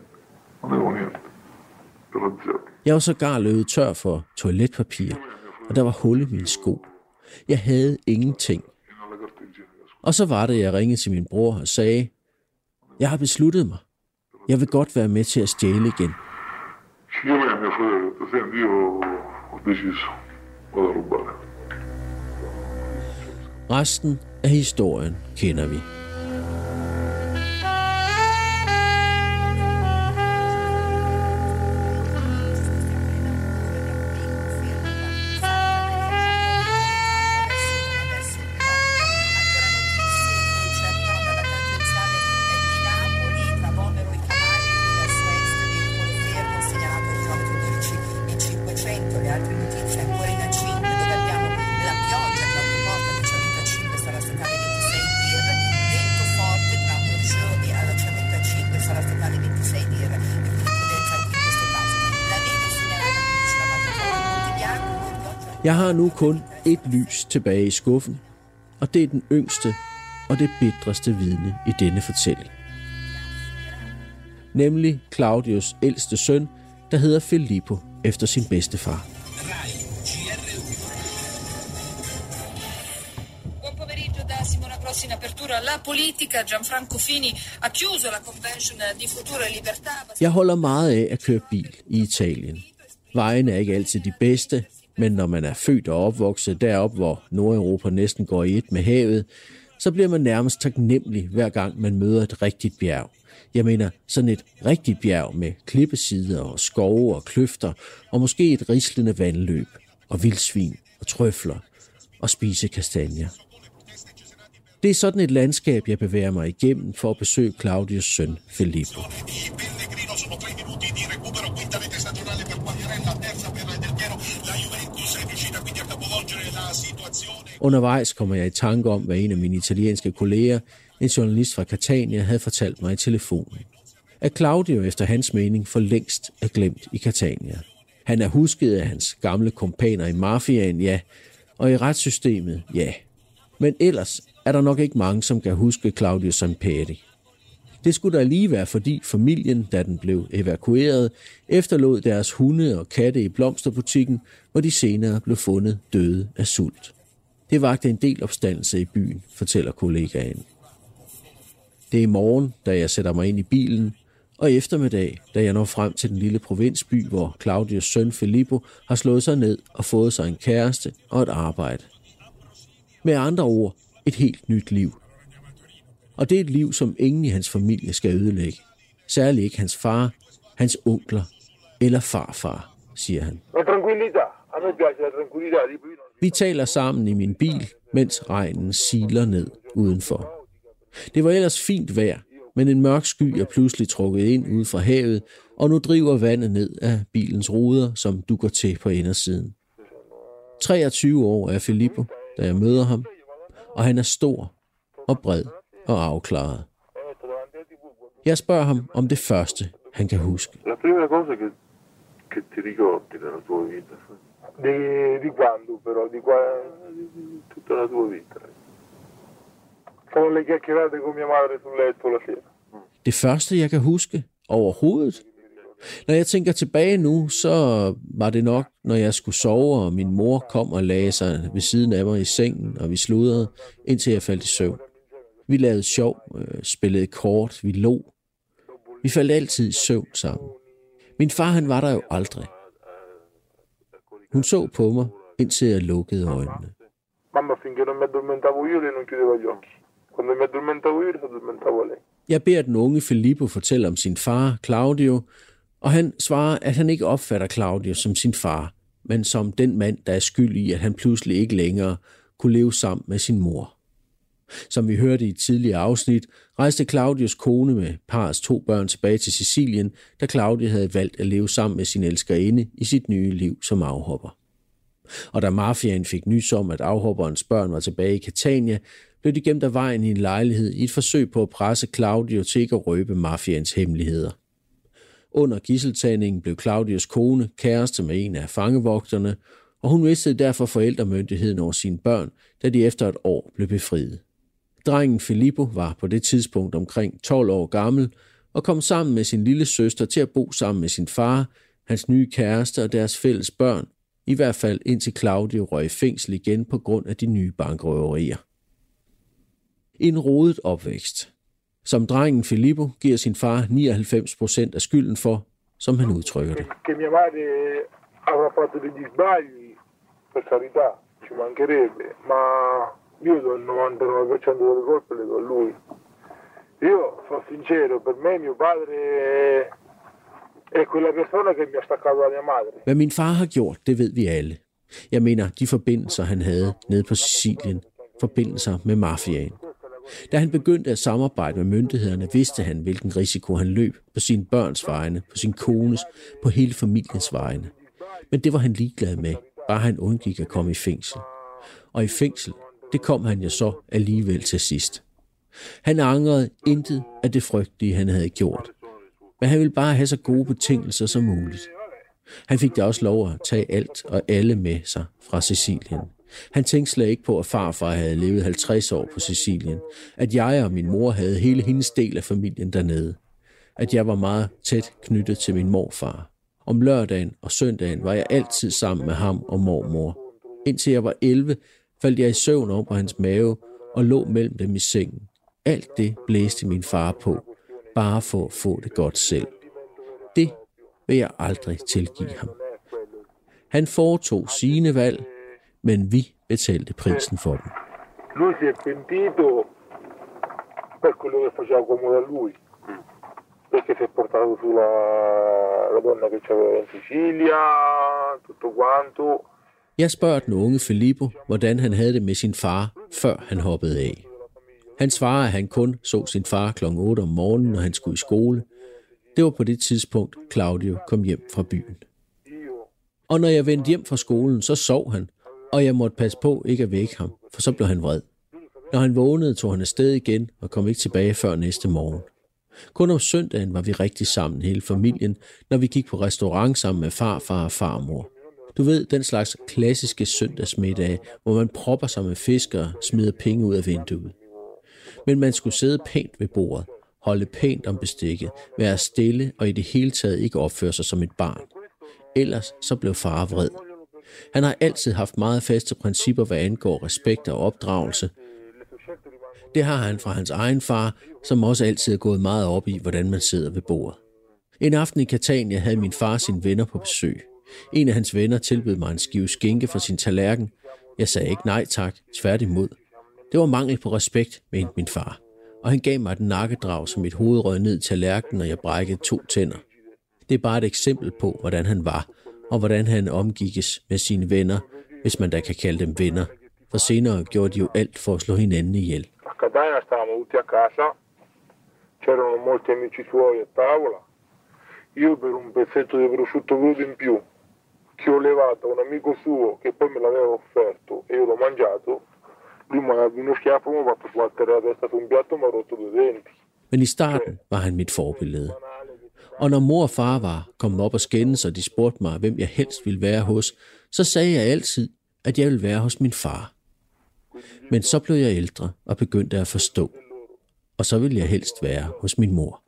Jeg var sågar løbet tør for toiletpapir, og der var hul i mine sko. Jeg havde ingenting. Og så var det, jeg ringede til min bror og sagde, jeg har besluttet mig. Jeg vil godt være med til at stjæle igen. Resten af historien kender vi. Jeg har nu kun et lys tilbage i skuffen, og det er den yngste og det bitreste vidne i denne fortælling. Nemlig Claudios ældste søn, der hedder Filippo efter sin bedstefar. Buon pomeriggio da Simona Grossi in apertura. La politica, Gianfranco Fini ha chiuso la convention di Futuro e Libertà. Jeg holder meget af at køre bil i Italien. Vejene er ikke altid de bedste, men når man er født og opvokset deroppe, hvor Nordeuropa næsten går i et med havet, så bliver man nærmest taknemmelig, hver gang man møder et rigtigt bjerg. Jeg mener sådan et rigtigt bjerg med klippesider og skove og kløfter, og måske et rislende vandløb, og vildsvin og trøfler og spisekastanjer. Det er sådan et landskab, jeg bevæger mig igennem for at besøge Claudios søn Filippo. Undervejs kommer jeg i tanke om, hvad en af mine italienske kolleger, en journalist fra Catania, havde fortalt mig i telefonen. At Claudio efter hans mening for længst er glemt i Catania. Han er husket af hans gamle kompaner i mafiaen, ja, og i retssystemet, ja. Men ellers er der nok ikke mange, som kan huske Claudio Samperi. Det skulle da lige være, fordi familien, da den blev evakueret, efterlod deres hunde og katte i blomsterbutikken, hvor de senere blev fundet døde af sult. Det vakte en del opstandelse i byen, fortæller kollegaen. Det er i morgen, da jeg sætter mig ind i bilen, og i eftermiddag, da jeg når frem til den lille provinsby, hvor Claudios søn Filippo har slået sig ned og fået sig en kæreste og et arbejde. Med andre ord, et helt nyt liv. Og det er et liv, som ingen i hans familie skal ødelægge. Særligt ikke hans far, hans onkler eller farfar, siger han. Vi taler sammen i min bil, mens regnen siler ned udenfor. Det var ellers fint vejr, men en mørk sky er pludselig trukket ind ude fra havet, og nu driver vandet ned af bilens ruder, som dukker til på indersiden. 23 år er Filippo, da jeg møder ham, og han er stor og bred og afklaret. Jeg spørger ham om det første, han kan huske. La prima cosa che ti ricordi della tua vita? Di quando però? Di tutta la tua vita? Sono le chiacchierate con mia madre sul letto la sera. Det første, jeg kan huske overhovedet? Når jeg tænker tilbage nu, så var det nok, når jeg skulle sove, og min mor kom og lagde sig ved siden af mig i sengen, og vi sludrede, indtil jeg faldt i søvn. Vi lavede sjov, spillede kort, vi lå. Vi faldt altid i søvn sammen. Min far, han var der jo aldrig. Hun så på mig, indtil jeg lukkede øjnene. Mamma, finché non mi addormentavo io, lei non chiudeva gli occhi. Quando mi addormentavo io, si addormentava lei. Jeg beder den unge Filippo fortælle om sin far, Claudio, og han svarer, at han ikke opfatter Claudio som sin far, men som den mand, der er skyld i, at han pludselig ikke længere kunne leve sammen med sin mor. Som vi hørte i et tidligere afsnit, rejste Claudios kone med parrets 2 børn tilbage til Sicilien, da Claudio havde valgt at leve sammen med sin elskerinde i sit nye liv som afhopper. Og da mafiaen fik nys om, at afhopperens børn var tilbage i Catania, blev de gemt af vejen i en lejlighed i et forsøg på at presse Claudio til ikke at røbe mafiaens hemmeligheder. Under gidseltagningen blev Claudios kone kæreste med en af fangevogterne, og hun mistede derfor forældremyndigheden over sine børn, da de efter et år blev befriet. Drengen Filippo var på det tidspunkt omkring 12 år gammel og kom sammen med sin lille søster til at bo sammen med sin far, hans nye kæreste og deres fælles børn, i hvert fald indtil Claudio røg i fængsel igen på grund af de nye bankrøverier. En rodet opvækst. Som drengen Filippo giver sin far 99% af skylden for, som han udtrykker det. Che mia madre avrà fatto degli sbagli, per carità, ci mancherebbe, ma io do il 99% delle colpe le do a lui. Io sono sincero, per me mio padre è quella persona che mi ha staccato da mia madre. Hvad min far har gjort, det ved vi alle. Jeg mener, de forbindelser, han havde nede på Sicilien, forbindelser med mafiaen. Da han begyndte at samarbejde med myndighederne, vidste han, hvilken risiko han løb på sine børns vegne, på sin kones, på hele familiens vegne. Men det var han ligeglad med, bare han undgik at komme i fængsel. Og i fængsel, det kom han jo så alligevel til sidst. Han angrede intet af det frygtelige, han havde gjort. Men han ville bare have så gode betingelser som muligt. Han fik da også lov at tage alt og alle med sig fra Sicilien. Han tænkte slet ikke på, at farfar havde levet 50 år på Sicilien. At jeg og min mor havde hele hendes del af familien dernede. At jeg var meget tæt knyttet til min morfar. Om lørdagen og søndagen var jeg altid sammen med ham og mormor. Indtil jeg var 11, faldt jeg i søvn om på hans mave og lå mellem dem i sengen. Alt det blæste min far på, bare for at få det godt selv. Det vil jeg aldrig tilgive ham. Han foretog sine valg, men vi betalte prisen for dem. Lui si è pentito per quello che faceva comodo a lui, perché si è portato sulla la donna che c'aveva in Sicilia, tutto quanto. Jeg spurgte den unge Filippo, hvordan han havde det med sin far, før han hoppede af. Han svarede, at han kun så sin far kl. 8 om morgenen, når han skulle i skole. Det var på det tidspunkt, Claudio kom hjem fra byen. Og når jeg vendte hjem fra skolen, så sov han, og jeg måtte passe på ikke at vække ham, for så blev han vred. Når han vågnede, tog han afsted igen og kom ikke tilbage før næste morgen. Kun om søndagen var vi rigtig sammen, hele familien, når vi gik på restaurant sammen med farfar og farmor. Du ved, den slags klassiske søndagsmiddag, hvor man propper sig med fisk og smider penge ud af vinduet. Men man skulle sidde pænt ved bordet, holde pænt om bestikket, være stille og i det hele taget ikke opføre sig som et barn. Ellers så blev far vred. Han har altid haft meget faste principper, hvad angår respekt og opdragelse. Det har han fra hans egen far, som også altid er gået meget op i, hvordan man sidder ved bordet. En aften i Catania havde min far sine venner på besøg. En af hans venner tilbød mig en skive skinke fra sin tallerken. Jeg sagde ikke nej tak, tværtimod. Det var mangel på respekt, mente min far. Og han gav mig et nakkedrag, som mit hoved røg ned i tallerkenen, og jeg brækkede 2 tænder. Det er bare et eksempel på, hvordan han var, og hvordan han omgikkes med sine venner, hvis man da kan kalde dem venner. For senere gjorde de jo alt for at slå hinanden ihjel. A Catania stavamo tutti a casa, c'erano molti amici suoi a tavola. Io per un pezzetto di prosciutto crudo in più, che ho levato a un amico suo che poi me l'aveva offerto e io l'ho mangiato, lui mi ha dato uno schiaffo, mi ha fatto sbattere la testa su un piatto e mi ha rotto 2 denti. Men i starten var han mit forbillede. Og når mor og far var kommet op og skændes, og de spurgte mig, hvem jeg helst ville være hos, så sagde jeg altid, at jeg ville være hos min far. Men så blev jeg ældre og begyndte at forstå. Og så ville jeg helst være hos min mor.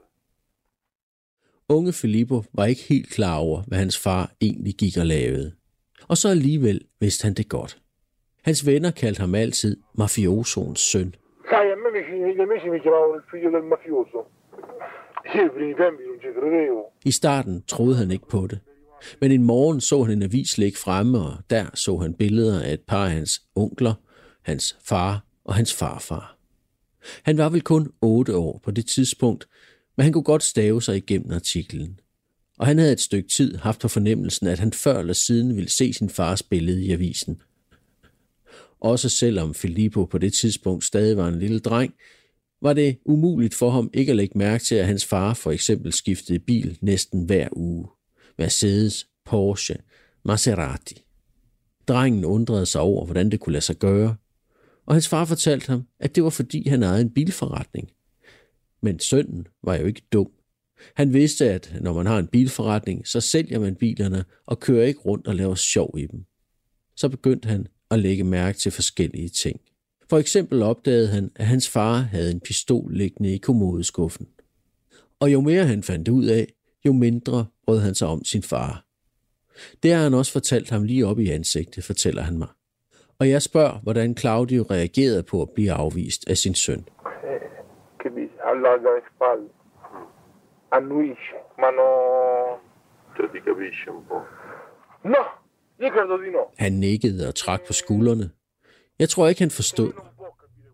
Unge Filippo var ikke helt klar over, hvad hans far egentlig gik og lavede. Og så alligevel vidste han det godt. Hans venner kaldte ham altid mafiosoens søn. Sai, a me gli amici mi chiamavano il figlio del mafioso. Io i primi tempi non ci credevo. I starten troede han ikke på det. Men en morgen så han en avis ligge fremme, og der så han billeder af et par af hans onkler, hans far og hans farfar. Han var vel kun 8 år på det tidspunkt, men han kunne godt stave sig igennem artiklen. Og han havde et stykke tid haft på fornemmelsen, at han før eller siden ville se sin fars billede i avisen. Også selvom Filippo på det tidspunkt stadig var en lille dreng, var det umuligt for ham ikke at lægge mærke til, at hans far for eksempel skiftede bil næsten hver uge. Mercedes, Porsche, Maserati. Drengen undrede sig over, hvordan det kunne lade sig gøre, og hans far fortalte ham, at det var fordi han ejede en bilforretning. Men sønnen var jo ikke dum. Han vidste, at når man har en bilforretning, så sælger man bilerne og kører ikke rundt og laver sjov i dem. Så begyndte han at lægge mærke til forskellige ting. For eksempel opdagede han, at hans far havde en pistol liggende i kommodeskuffen. Og jo mere han fandt ud af, jo mindre brød han sig om sin far. Det har han også fortalt ham lige op i ansigtet, fortæller han mig. Og jeg spørger, hvordan Claudio reagerede på at blive afvist af sin søn. Che dice? Allarga le spalle, annuisce, ma no... Te ti capisce un po'. No, io credo di no. Han nikkede og trak på skuldrene. Jeg tror ikke, han forstod.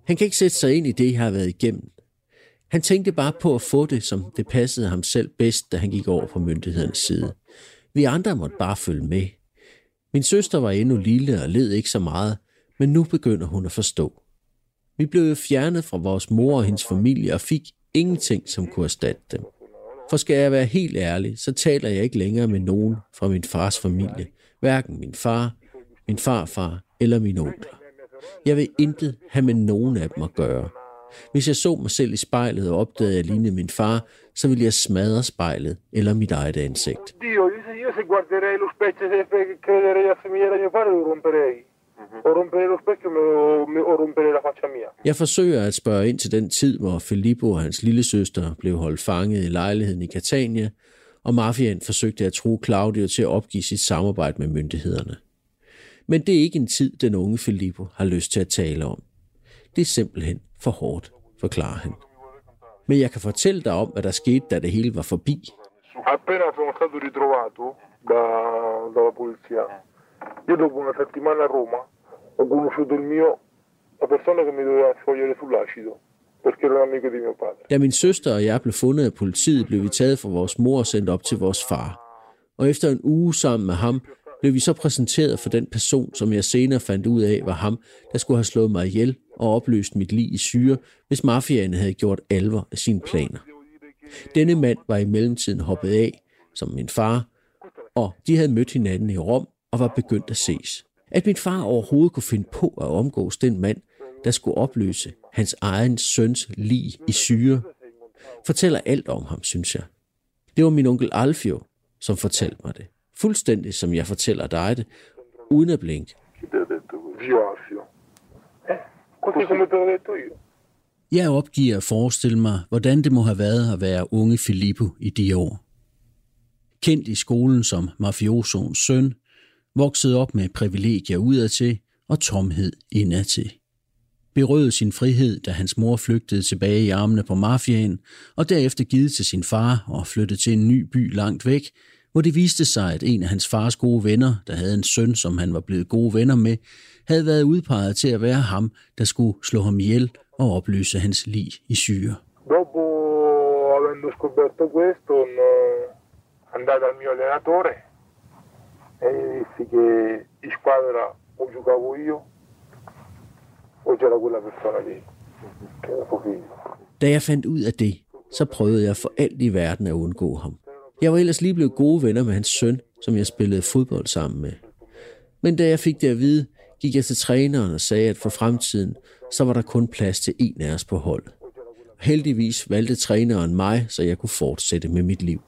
Han kan ikke sætte sig ind i det, jeg har været igennem. Han tænkte bare på at få det, som det passede ham selv bedst, da han gik over på myndighedernes side. Vi andre måtte bare følge med. Min søster var endnu lille og led ikke så meget, men nu begynder hun at forstå. Vi blev jo fjernet fra vores mor og hendes familie og fik ingenting, som kunne erstatte dem. For skal jeg være helt ærlig, så taler jeg ikke længere med nogen fra min fars familie. Hverken min far, min farfar eller mine onkler. Jeg vil intet have med nogen af dem at gøre. Hvis jeg så mig selv i spejlet og opdagede, at jeg lignede min far, så ville jeg smadre spejlet eller mit eget ansigt. Jeg forsøger at spørge ind til den tid, hvor Filippo og hans lillesøster blev holdt fanget i lejligheden i Catania, og mafiaen forsøgte at true Claudio til at opgive sit samarbejde med myndighederne. Men det er ikke en tid, den unge Filippo har lyst til at tale om. Det er simpelthen for hårdt, forklarer han. Men jeg kan fortælle dig om, hvad der skete, da det hele var forbi. Appena sono stato ritrovato dalla polizia, io dopo una settimana a Roma ho conosciuto la persona che mi doveva sfogliare sull'acido, perché era un amico di mio padre. Da min søster og jeg blev fundet af politiet, blev vi taget fra vores mor og sendt op til vores far. Og efter en uge sammen med ham, blev vi så præsenteret for den person, som jeg senere fandt ud af, var ham, der skulle have slået mig ihjel og opløst mit lig i syre, hvis mafiaen havde gjort alvor af sine planer. Denne mand var i mellemtiden hoppet af, som min far, og de havde mødt hinanden i Rom og var begyndt at ses. At min far overhovedet kunne finde på at omgås den mand, der skulle opløse hans egen søns lig i syre, fortæller alt om ham, synes jeg. Det var min onkel Alfio, som fortalte mig det. Fuldstændig som jeg fortæller dig det, uden at blinke. Jeg opgiver at forestille mig, hvordan det må have været at være unge Filippo i de år. Kendt i skolen som mafiosoens søn, voksede op med privilegier udadtil og tomhed indadtil. Berøvede sin frihed, da hans mor flygtede tilbage i armene på mafiaen, og derefter givet til sin far og flyttede til en ny by langt væk, hvor det viste sig, at en af hans fars gode venner, der havde en søn, som han var blevet gode venner med, havde været udpeget til at være ham, der skulle slå ham ihjel og opløse hans lig i syre. Dopo avendo scoperto questo, andai al mio allenatore e dissi che in squadra o giocavo io o c'era quella persona lì che era Fofini. Da jeg fandt ud af det, så prøvede jeg for alt i verden at undgå ham. Jeg var ellers lige blevet gode venner med hans søn, som jeg spillede fodbold sammen med. Men da jeg fik det at vide, gik jeg til træneren og sagde, at for fremtiden, så var der kun plads til en af os på holdet. Heldigvis valgte træneren mig, så jeg kunne fortsætte med mit liv.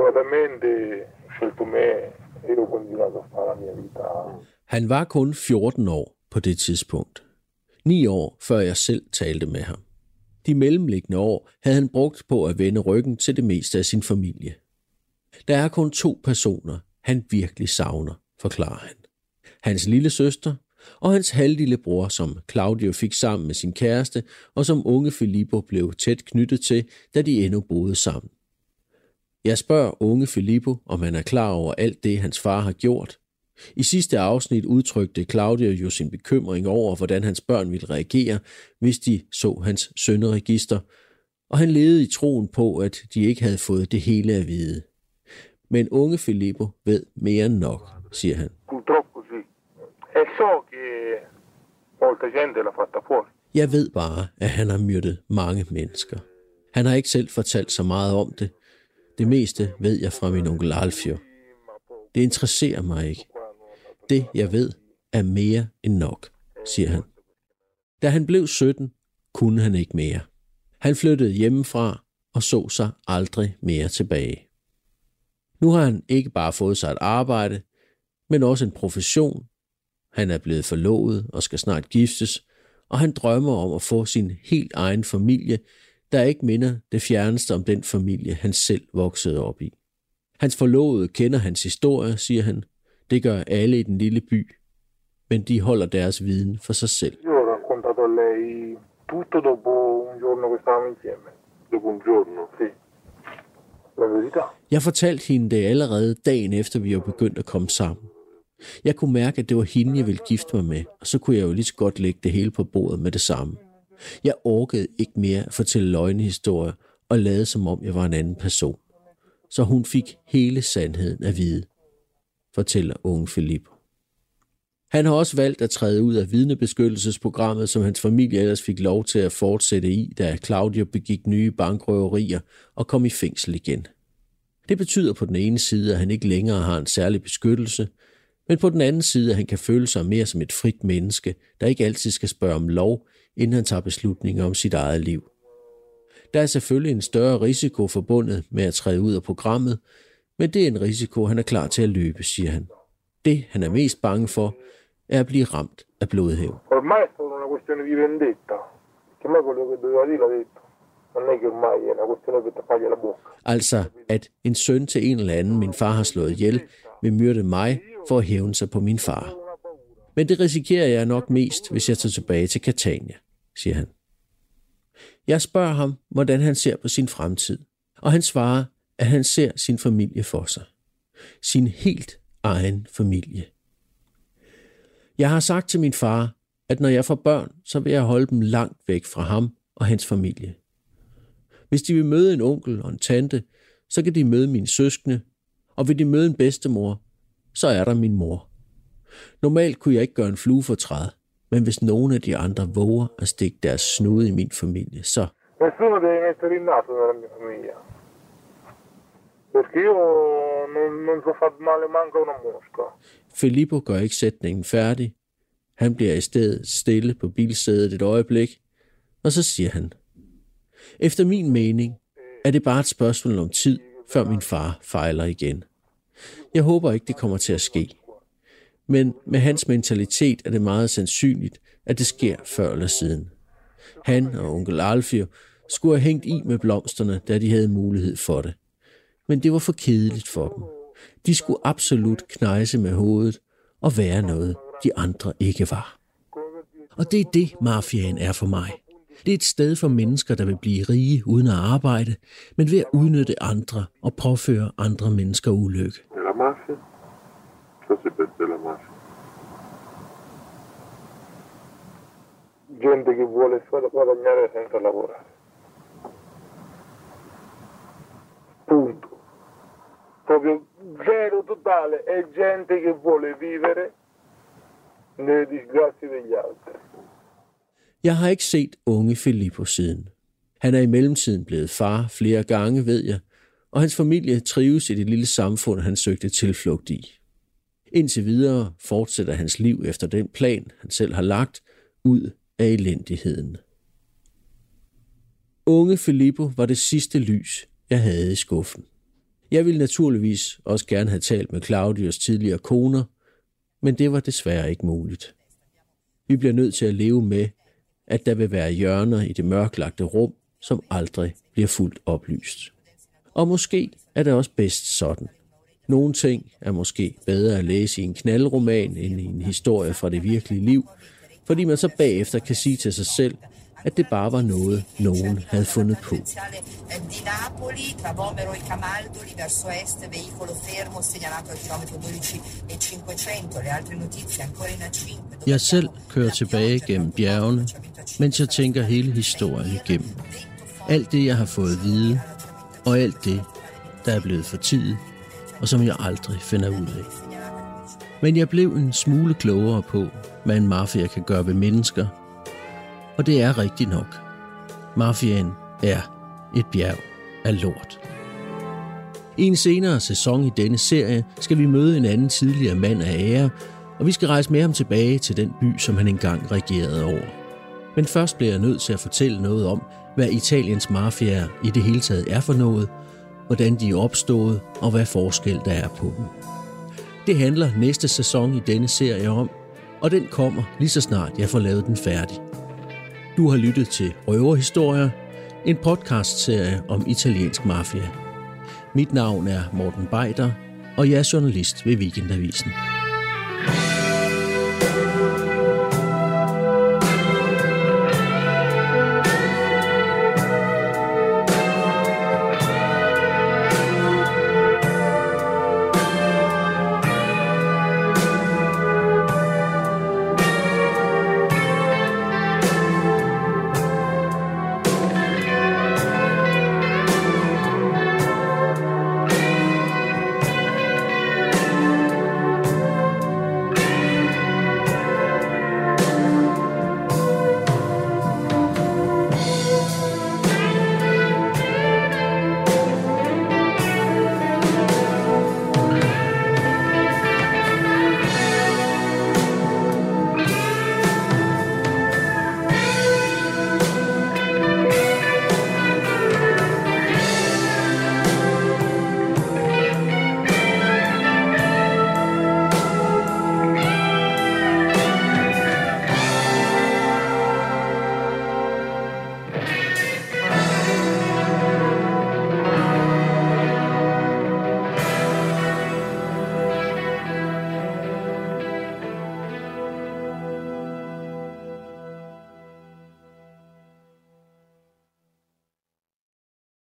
Han var kun 14 år på det tidspunkt. 9 år før jeg selv talte med ham. De mellemliggende år havde han brugt på at vende ryggen til det meste af sin familie. Der er kun 2 personer, han virkelig savner, forklarer han. Hans lille søster og hans halvlille bror, som Claudio fik sammen med sin kæreste, og som unge Filippo blev tæt knyttet til, da de endnu boede sammen. Jeg spørger unge Filippo, om han er klar over alt det, hans far har gjort. I sidste afsnit udtrykte Claudio jo sin bekymring over, hvordan hans børn ville reagere, hvis de så hans synderegister, og han levede i troen på, at de ikke havde fået det hele at vide. Men unge Filippo ved mere end nok, siger han. Jeg ved bare, at han har myrdet mange mennesker. Han har ikke selv fortalt så meget om det. Det meste ved jeg fra min onkel Alfio. Det interesserer mig ikke. Det, jeg ved, er mere end nok, siger han. Da han blev 17, kunne han ikke mere. Han flyttede hjemmefra og så sig aldrig mere tilbage. Nu har han ikke bare fået sig et arbejde, men også en profession. Han er blevet forlovet og skal snart giftes, og han drømmer om at få sin helt egen familie, der ikke minder det fjerneste om den familie, han selv voksede op i. Hans forlovede kender hans historie, siger han. Det gør alle i den lille by, men de holder deres viden for sig selv. Jeg fortalte hende det allerede dagen efter, vi var begyndt at komme sammen. Jeg kunne mærke, at det var hende, jeg ville gifte mig med, og så kunne jeg jo lige så godt lægge det hele på bordet med det samme. Jeg orkede ikke mere at fortælle løgnehistorier og lade som om jeg var en anden person. Så hun fik hele sandheden at vide, fortæller unge Filippo. Han har også valgt at træde ud af vidnebeskyttelsesprogrammet, som hans familie ellers fik lov til at fortsætte i, da Claudio begik nye bankrøverier og kom i fængsel igen. Det betyder på den ene side, at han ikke længere har en særlig beskyttelse, men på den anden side, at han kan føle sig mere som et frit menneske, der ikke altid skal spørge om lov, inden han tager beslutninger om sit eget liv. Der er selvfølgelig en større risiko forbundet med at træde ud af programmet, men det er en risiko, han er klar til at løbe, siger han. Det, han er mest bange for, er at blive ramt af blodhævn. Ormai è stata una questione di vendetta, che me quello che doveva dire l'ha detto. Non è che ormai è una questione per tappargli la bocca. Altså, at en søn til en eller anden, min far har slået ihjel, vil myrde mig for at hævne sig på min far. Men det risikerer jeg nok mest, hvis jeg tager tilbage til Catania, siger han. Jeg spørger ham, hvordan han ser på sin fremtid, og han svarer, at han ser sin familie for sig. Sin helt egen familie. Jeg har sagt til min far, at når jeg får børn, så vil jeg holde dem langt væk fra ham og hans familie. Hvis de vil møde en onkel og en tante, så kan de møde mine søskende, og vil de møde en bedstemor, så er der min mor. Normalt kunne jeg ikke gøre en flue for træd, men hvis nogen af de andre våger at stikke deres snude i min familie, så... Nessuno deve mettere il naso nella mia famiglia. Perché io non so far male manco una mosca. Filippo gør ikke sætningen færdig. Han bliver i stedet stille på bilsædet et øjeblik, og så siger han: Efter min mening er det bare et spørgsmål om tid, før min far fejler igen. Jeg håber ikke, det kommer til at ske. Men med hans mentalitet er det meget sandsynligt, at det sker før eller siden. Han og onkel Alfio skulle have hængt i med blomsterne, da de havde mulighed for det. Men det var for kedeligt for dem. De skulle absolut knejse med hovedet og være noget, de andre ikke var. Og det er det, mafiaen er for mig. Det er et sted for mennesker, der vil blive rige uden at arbejde, men ved at udnytte andre og påføre andre mennesker ulykke. La mafia? Cosa per la mafia? Gente che vuole solo guadagnare senza lavorare. Punto. Proprio zero totale. È gente che vuole vivere nelle disgrazie degli altri. Jeg har ikke set unge Filippo siden. Han er i mellemtiden blevet far flere gange, ved jeg, og hans familie trives i det lille samfund, han søgte tilflugt i. Indtil videre fortsætter hans liv efter den plan, han selv har lagt, ud af elendigheden. Unge Filippo var det sidste lys, jeg havde i skuffen. Jeg ville naturligvis også gerne have talt med Claudios tidligere koner, men det var desværre ikke muligt. Vi bliver nødt til at leve med, at der vil være hjørner i det mørklagte rum, som aldrig bliver fuldt oplyst. Og måske er det også bedst sådan. Nogle ting er måske bedre at læse i en knaldroman end i en historie fra det virkelige liv, fordi man så bagefter kan sige til sig selv, at det bare var noget, nogen havde fundet på. Jeg selv kører tilbage gennem bjergene, mens jeg tænker hele historien igennem. Alt det, jeg har fået at vide, og alt det, der er blevet fortiet, og som jeg aldrig finder ud af. Men jeg blev en smule klogere på, hvad en mafia kan gøre ved mennesker, og det er rigtigt nok. Mafiaen er et bjerg af lort. I en senere sæson i denne serie skal vi møde en anden tidligere mand af ære, og vi skal rejse med ham tilbage til den by, som han engang regerede over. Men først bliver jeg nødt til at fortælle noget om, hvad Italiens mafiaer i det hele taget er for noget, hvordan de er opstået og hvad forskel der er på dem. Det handler næste sæson i denne serie om, og den kommer lige så snart jeg får lavet den færdig. Du har lyttet til Røverhistorier, en podcastserie om italiensk mafia. Mit navn er Morten Beider, og jeg er journalist ved Weekendavisen.